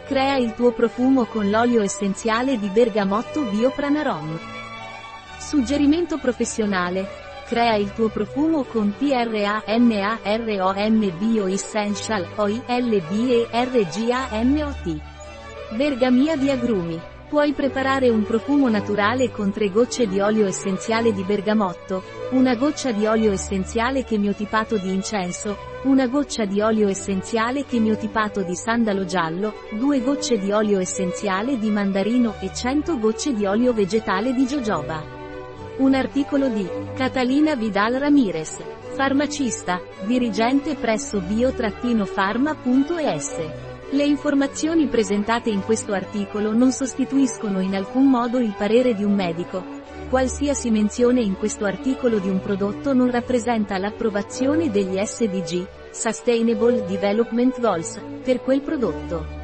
Crea il tuo profumo con l'olio essenziale di bergamotto Biopranarom. Suggerimento professionale. Crea il tuo profumo con PRANAROM Bio Essential Oil BERGAMOT. Bergamia di agrumi. Puoi preparare un profumo naturale con 3 gocce di olio essenziale di bergamotto, una goccia di olio essenziale chemiotipato di incenso, una goccia di olio essenziale chemiotipato di sandalo giallo, 2 gocce di olio essenziale di mandarino e 100 gocce di olio vegetale di jojoba. Un articolo di Catalina Vidal Ramirez, farmacista, dirigente presso bio-pharma.es. Le informazioni presentate in questo articolo non sostituiscono in alcun modo il parere di un medico. Qualsiasi menzione in questo articolo di un prodotto non rappresenta l'approvazione degli SDG, Sustainable Development Goals, per quel prodotto.